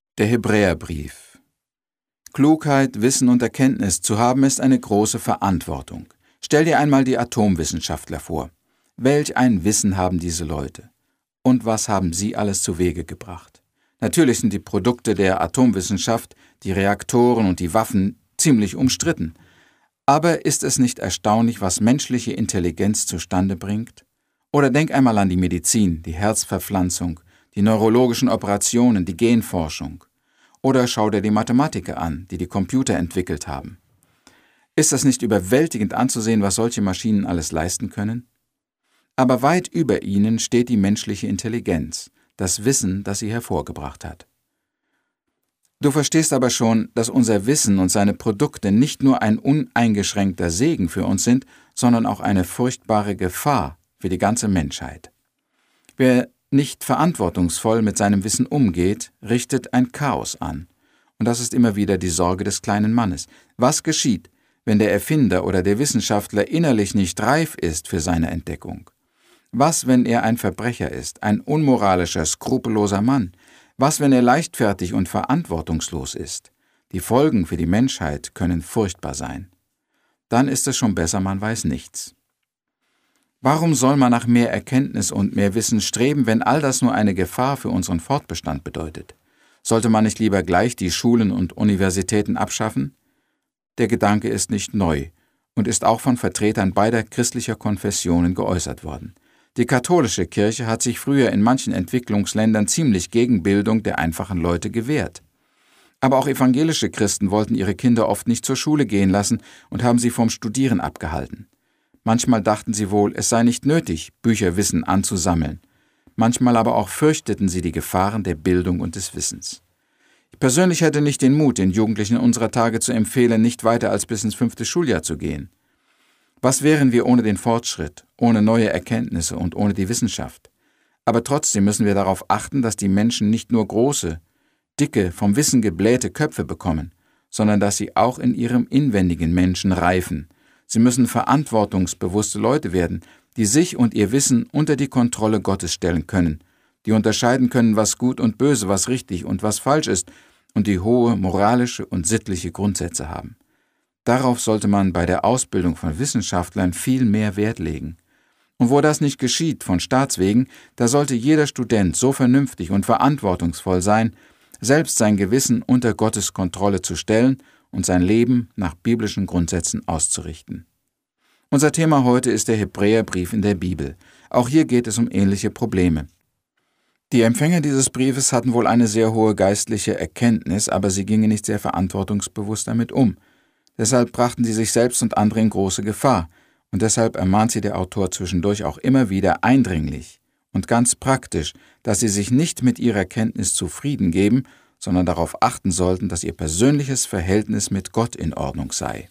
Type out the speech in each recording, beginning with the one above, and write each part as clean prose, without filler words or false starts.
Der Hebräerbrief. Klugheit, Wissen und Erkenntnis zu haben, ist eine große Verantwortung. Stell dir einmal die Atomwissenschaftler vor. Welch ein Wissen haben diese Leute? Und was haben sie alles zu Wege gebracht? Natürlich sind die Produkte der Atomwissenschaft, die Reaktoren und die Waffen, ziemlich umstritten. Aber ist es nicht erstaunlich, was menschliche Intelligenz zustande bringt? Oder denk einmal an die Medizin, die Herzverpflanzung, die neurologischen Operationen, die Genforschung. Oder schau dir die Mathematiker an, die die Computer entwickelt haben. Ist es nicht überwältigend anzusehen, was solche Maschinen alles leisten können? Aber weit über ihnen steht die menschliche Intelligenz, das Wissen, das sie hervorgebracht hat. Du verstehst aber schon, dass unser Wissen und seine Produkte nicht nur ein uneingeschränkter Segen für uns sind, sondern auch eine furchtbare Gefahr für die ganze Menschheit. Wer nicht verantwortungsvoll mit seinem Wissen umgeht, richtet ein Chaos an. Und das ist immer wieder die Sorge des kleinen Mannes. Was geschieht, wenn der Erfinder oder der Wissenschaftler innerlich nicht reif ist für seine Entdeckung? Was, wenn er ein Verbrecher ist, ein unmoralischer, skrupelloser Mann? Was, wenn er leichtfertig und verantwortungslos ist? Die Folgen für die Menschheit können furchtbar sein. Dann ist es schon besser, man weiß nichts. Warum soll man nach mehr Erkenntnis und mehr Wissen streben, wenn all das nur eine Gefahr für unseren Fortbestand bedeutet? Sollte man nicht lieber gleich die Schulen und Universitäten abschaffen? Der Gedanke ist nicht neu und ist auch von Vertretern beider christlicher Konfessionen geäußert worden. Die katholische Kirche hat sich früher in manchen Entwicklungsländern ziemlich gegen Bildung der einfachen Leute gewehrt. Aber auch evangelische Christen wollten ihre Kinder oft nicht zur Schule gehen lassen und haben sie vom Studieren abgehalten. Manchmal dachten sie wohl, es sei nicht nötig, Bücherwissen anzusammeln. Manchmal aber auch fürchteten sie die Gefahren der Bildung und des Wissens. Ich persönlich hätte nicht den Mut, den Jugendlichen unserer Tage zu empfehlen, nicht weiter als bis ins 5. Schuljahr zu gehen. Was wären wir ohne den Fortschritt, ohne neue Erkenntnisse und ohne die Wissenschaft? Aber trotzdem müssen wir darauf achten, dass die Menschen nicht nur große, dicke, vom Wissen geblähte Köpfe bekommen, sondern dass sie auch in ihrem inwendigen Menschen reifen. Sie müssen verantwortungsbewusste Leute werden, die sich und ihr Wissen unter die Kontrolle Gottes stellen können, die unterscheiden können, was gut und böse, was richtig und was falsch ist und die hohe moralische und sittliche Grundsätze haben. Darauf sollte man bei der Ausbildung von Wissenschaftlern viel mehr Wert legen. Und wo das nicht geschieht, von Staatswegen, da sollte jeder Student so vernünftig und verantwortungsvoll sein, selbst sein Gewissen unter Gottes Kontrolle zu stellen und sein Leben nach biblischen Grundsätzen auszurichten. Unser Thema heute ist der Hebräerbrief in der Bibel. Auch hier geht es um ähnliche Probleme. Die Empfänger dieses Briefes hatten wohl eine sehr hohe geistliche Erkenntnis, aber sie gingen nicht sehr verantwortungsbewusst damit um. Deshalb brachten sie sich selbst und andere in große Gefahr, und deshalb ermahnt sie der Autor zwischendurch auch immer wieder eindringlich und ganz praktisch, dass sie sich nicht mit ihrer Kenntnis zufrieden geben, sondern darauf achten sollten, dass ihr persönliches Verhältnis mit Gott in Ordnung sei.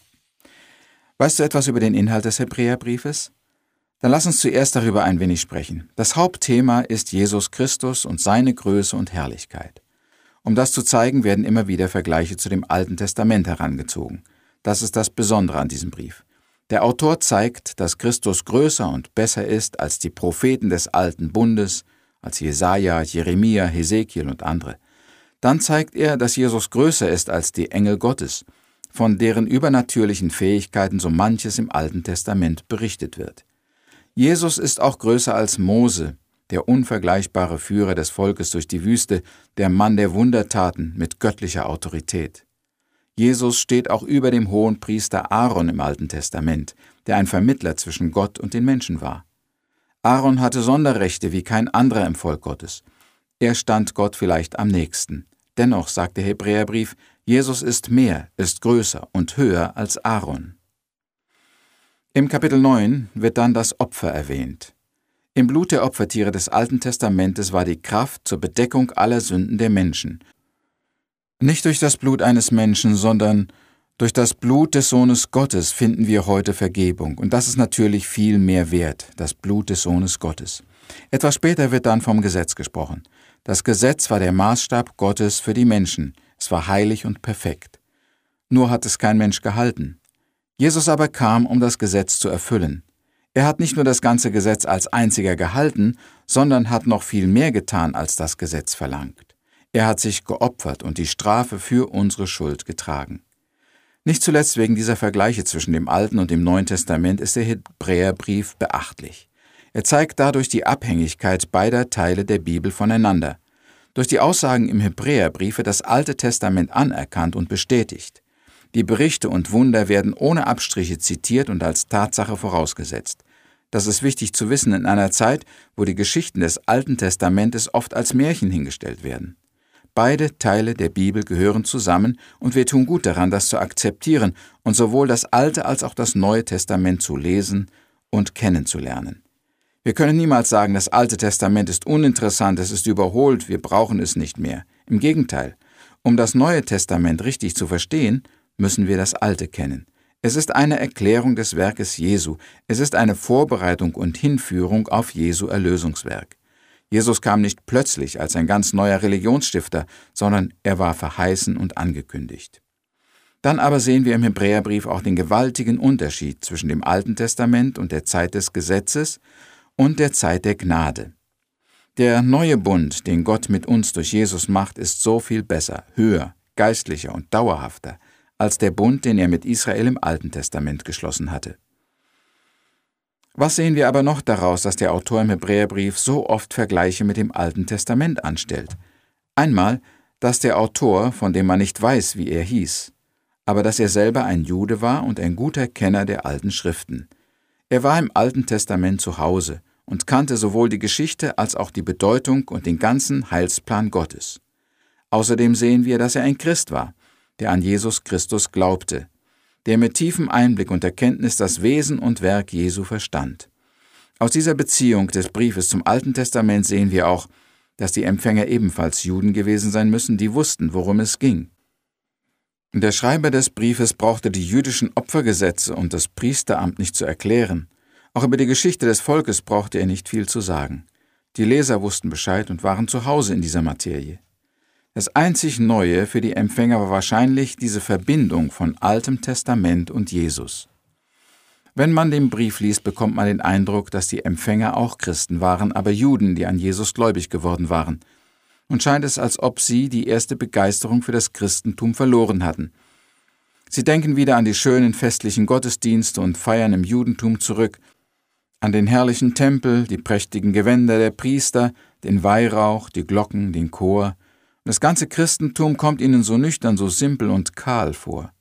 Weißt du etwas über den Inhalt des Hebräerbriefes? Dann lass uns zuerst darüber ein wenig sprechen. Das Hauptthema ist Jesus Christus und seine Größe und Herrlichkeit. Um das zu zeigen, werden immer wieder Vergleiche zu dem Alten Testament herangezogen. Das ist das Besondere an diesem Brief. Der Autor zeigt, dass Christus größer und besser ist als die Propheten des Alten Bundes, als Jesaja, Jeremia, Hesekiel und andere. Dann zeigt er, dass Jesus größer ist als die Engel Gottes, von deren übernatürlichen Fähigkeiten so manches im Alten Testament berichtet wird. Jesus ist auch größer als Mose, der unvergleichbare Führer des Volkes durch die Wüste, der Mann der Wundertaten mit göttlicher Autorität. Jesus steht auch über dem Hohenpriester Aaron im Alten Testament, der ein Vermittler zwischen Gott und den Menschen war. Aaron hatte Sonderrechte wie kein anderer im Volk Gottes. Er stand Gott vielleicht am nächsten. Dennoch sagt der Hebräerbrief, Jesus ist mehr, ist größer und höher als Aaron. Im Kapitel 9 wird dann das Opfer erwähnt. Im Blut der Opfertiere des Alten Testamentes war die Kraft zur Bedeckung aller Sünden der Menschen. Nicht durch das Blut eines Menschen, sondern durch das Blut des Sohnes Gottes finden wir heute Vergebung. Und das ist natürlich viel mehr wert, das Blut des Sohnes Gottes. Etwas später wird dann vom Gesetz gesprochen. Das Gesetz war der Maßstab Gottes für die Menschen. Es war heilig und perfekt. Nur hat es kein Mensch gehalten. Jesus aber kam, um das Gesetz zu erfüllen. Er hat nicht nur das ganze Gesetz als einziger gehalten, sondern hat noch viel mehr getan, als das Gesetz verlangt. Er hat sich geopfert und die Strafe für unsere Schuld getragen. Nicht zuletzt wegen dieser Vergleiche zwischen dem Alten und dem Neuen Testament ist der Hebräerbrief beachtlich. Er zeigt dadurch die Abhängigkeit beider Teile der Bibel voneinander. Durch die Aussagen im Hebräerbrief wird das Alte Testament anerkannt und bestätigt. Die Berichte und Wunder werden ohne Abstriche zitiert und als Tatsache vorausgesetzt. Das ist wichtig zu wissen in einer Zeit, wo die Geschichten des Alten Testamentes oft als Märchen hingestellt werden. Beide Teile der Bibel gehören zusammen und wir tun gut daran, das zu akzeptieren und sowohl das Alte als auch das Neue Testament zu lesen und kennenzulernen. Wir können niemals sagen, das Alte Testament ist uninteressant, es ist überholt, wir brauchen es nicht mehr. Im Gegenteil, um das Neue Testament richtig zu verstehen, müssen wir das Alte kennen. Es ist eine Erklärung des Werkes Jesu, es ist eine Vorbereitung und Hinführung auf Jesu Erlösungswerk. Jesus kam nicht plötzlich als ein ganz neuer Religionsstifter, sondern er war verheißen und angekündigt. Dann aber sehen wir im Hebräerbrief auch den gewaltigen Unterschied zwischen dem Alten Testament und der Zeit des Gesetzes und der Zeit der Gnade. Der neue Bund, den Gott mit uns durch Jesus macht, ist so viel besser, höher, geistlicher und dauerhafter als der Bund, den er mit Israel im Alten Testament geschlossen hatte. Was sehen wir aber noch daraus, dass der Autor im Hebräerbrief so oft Vergleiche mit dem Alten Testament anstellt? Einmal, dass der Autor, von dem man nicht weiß, wie er hieß, aber dass er selber ein Jude war und ein guter Kenner der alten Schriften. Er war im Alten Testament zu Hause und kannte sowohl die Geschichte als auch die Bedeutung und den ganzen Heilsplan Gottes. Außerdem sehen wir, dass er ein Christ war, der an Jesus Christus glaubte, der mit tiefem Einblick und Erkenntnis das Wesen und Werk Jesu verstand. Aus dieser Beziehung des Briefes zum Alten Testament sehen wir auch, dass die Empfänger ebenfalls Juden gewesen sein müssen, die wussten, worum es ging. Der Schreiber des Briefes brauchte die jüdischen Opfergesetze und das Priesteramt nicht zu erklären. Auch über die Geschichte des Volkes brauchte er nicht viel zu sagen. Die Leser wussten Bescheid und waren zu Hause in dieser Materie. Das einzig Neue für die Empfänger war wahrscheinlich diese Verbindung von Altem Testament und Jesus. Wenn man den Brief liest, bekommt man den Eindruck, dass die Empfänger auch Christen waren, aber Juden, die an Jesus gläubig geworden waren. Und scheint es, als ob sie die erste Begeisterung für das Christentum verloren hatten. Sie denken wieder an die schönen festlichen Gottesdienste und feiern im Judentum zurück, an den herrlichen Tempel, die prächtigen Gewänder der Priester, den Weihrauch, die Glocken, den Chor. Das ganze Christentum kommt ihnen so nüchtern, so simpel und kahl vor.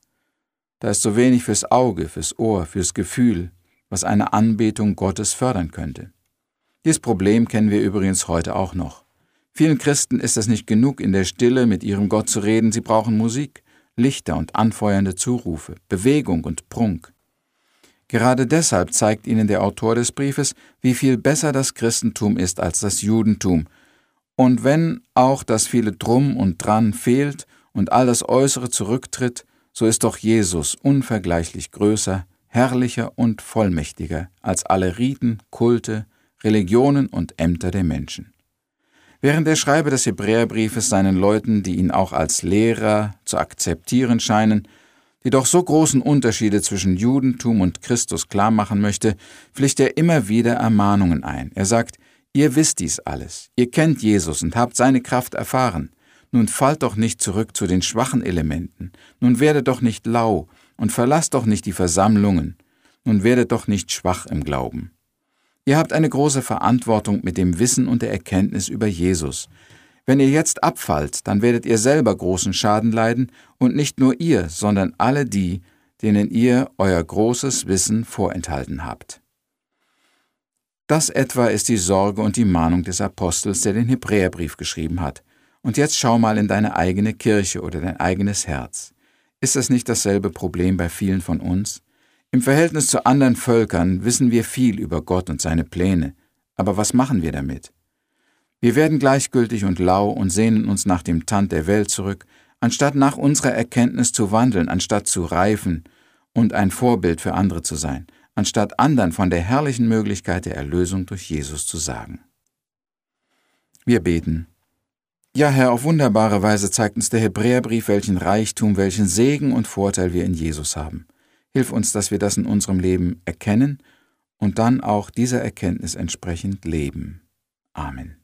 Da ist so wenig fürs Auge, fürs Ohr, fürs Gefühl, was eine Anbetung Gottes fördern könnte. Dieses Problem kennen wir übrigens heute auch noch. Vielen Christen ist es nicht genug, in der Stille mit ihrem Gott zu reden, sie brauchen Musik, Lichter und anfeuernde Zurufe, Bewegung und Prunk. Gerade deshalb zeigt ihnen der Autor des Briefes, wie viel besser das Christentum ist als das Judentum. Und wenn auch das viele Drum und Dran fehlt und all das Äußere zurücktritt, so ist doch Jesus unvergleichlich größer, herrlicher und vollmächtiger als alle Riten, Kulte, Religionen und Ämter der Menschen. Während der Schreiber des Hebräerbriefes seinen Leuten, die ihn auch als Lehrer zu akzeptieren scheinen, die doch so großen Unterschiede zwischen Judentum und Christus klarmachen möchte, pflicht er immer wieder Ermahnungen ein. Er sagt: Ihr wisst dies alles, ihr kennt Jesus und habt seine Kraft erfahren. Nun fallt doch nicht zurück zu den schwachen Elementen. Nun werdet doch nicht lau und verlasst doch nicht die Versammlungen. Nun werdet doch nicht schwach im Glauben. Ihr habt eine große Verantwortung mit dem Wissen und der Erkenntnis über Jesus. Wenn ihr jetzt abfallt, dann werdet ihr selber großen Schaden leiden und nicht nur ihr, sondern alle die, denen ihr euer großes Wissen vorenthalten habt. Das etwa ist die Sorge und die Mahnung des Apostels, der den Hebräerbrief geschrieben hat. Und jetzt schau mal in deine eigene Kirche oder dein eigenes Herz. Ist das nicht dasselbe Problem bei vielen von uns? Im Verhältnis zu anderen Völkern wissen wir viel über Gott und seine Pläne. Aber was machen wir damit? Wir werden gleichgültig und lau und sehnen uns nach dem Tand der Welt zurück, anstatt nach unserer Erkenntnis zu wandeln, anstatt zu reifen und ein Vorbild für andere zu sein, anstatt anderen von der herrlichen Möglichkeit der Erlösung durch Jesus zu sagen. Wir beten. Ja, Herr, auf wunderbare Weise zeigt uns der Hebräerbrief, welchen Reichtum, welchen Segen und Vorteil wir in Jesus haben. Hilf uns, dass wir das in unserem Leben erkennen und dann auch dieser Erkenntnis entsprechend leben. Amen.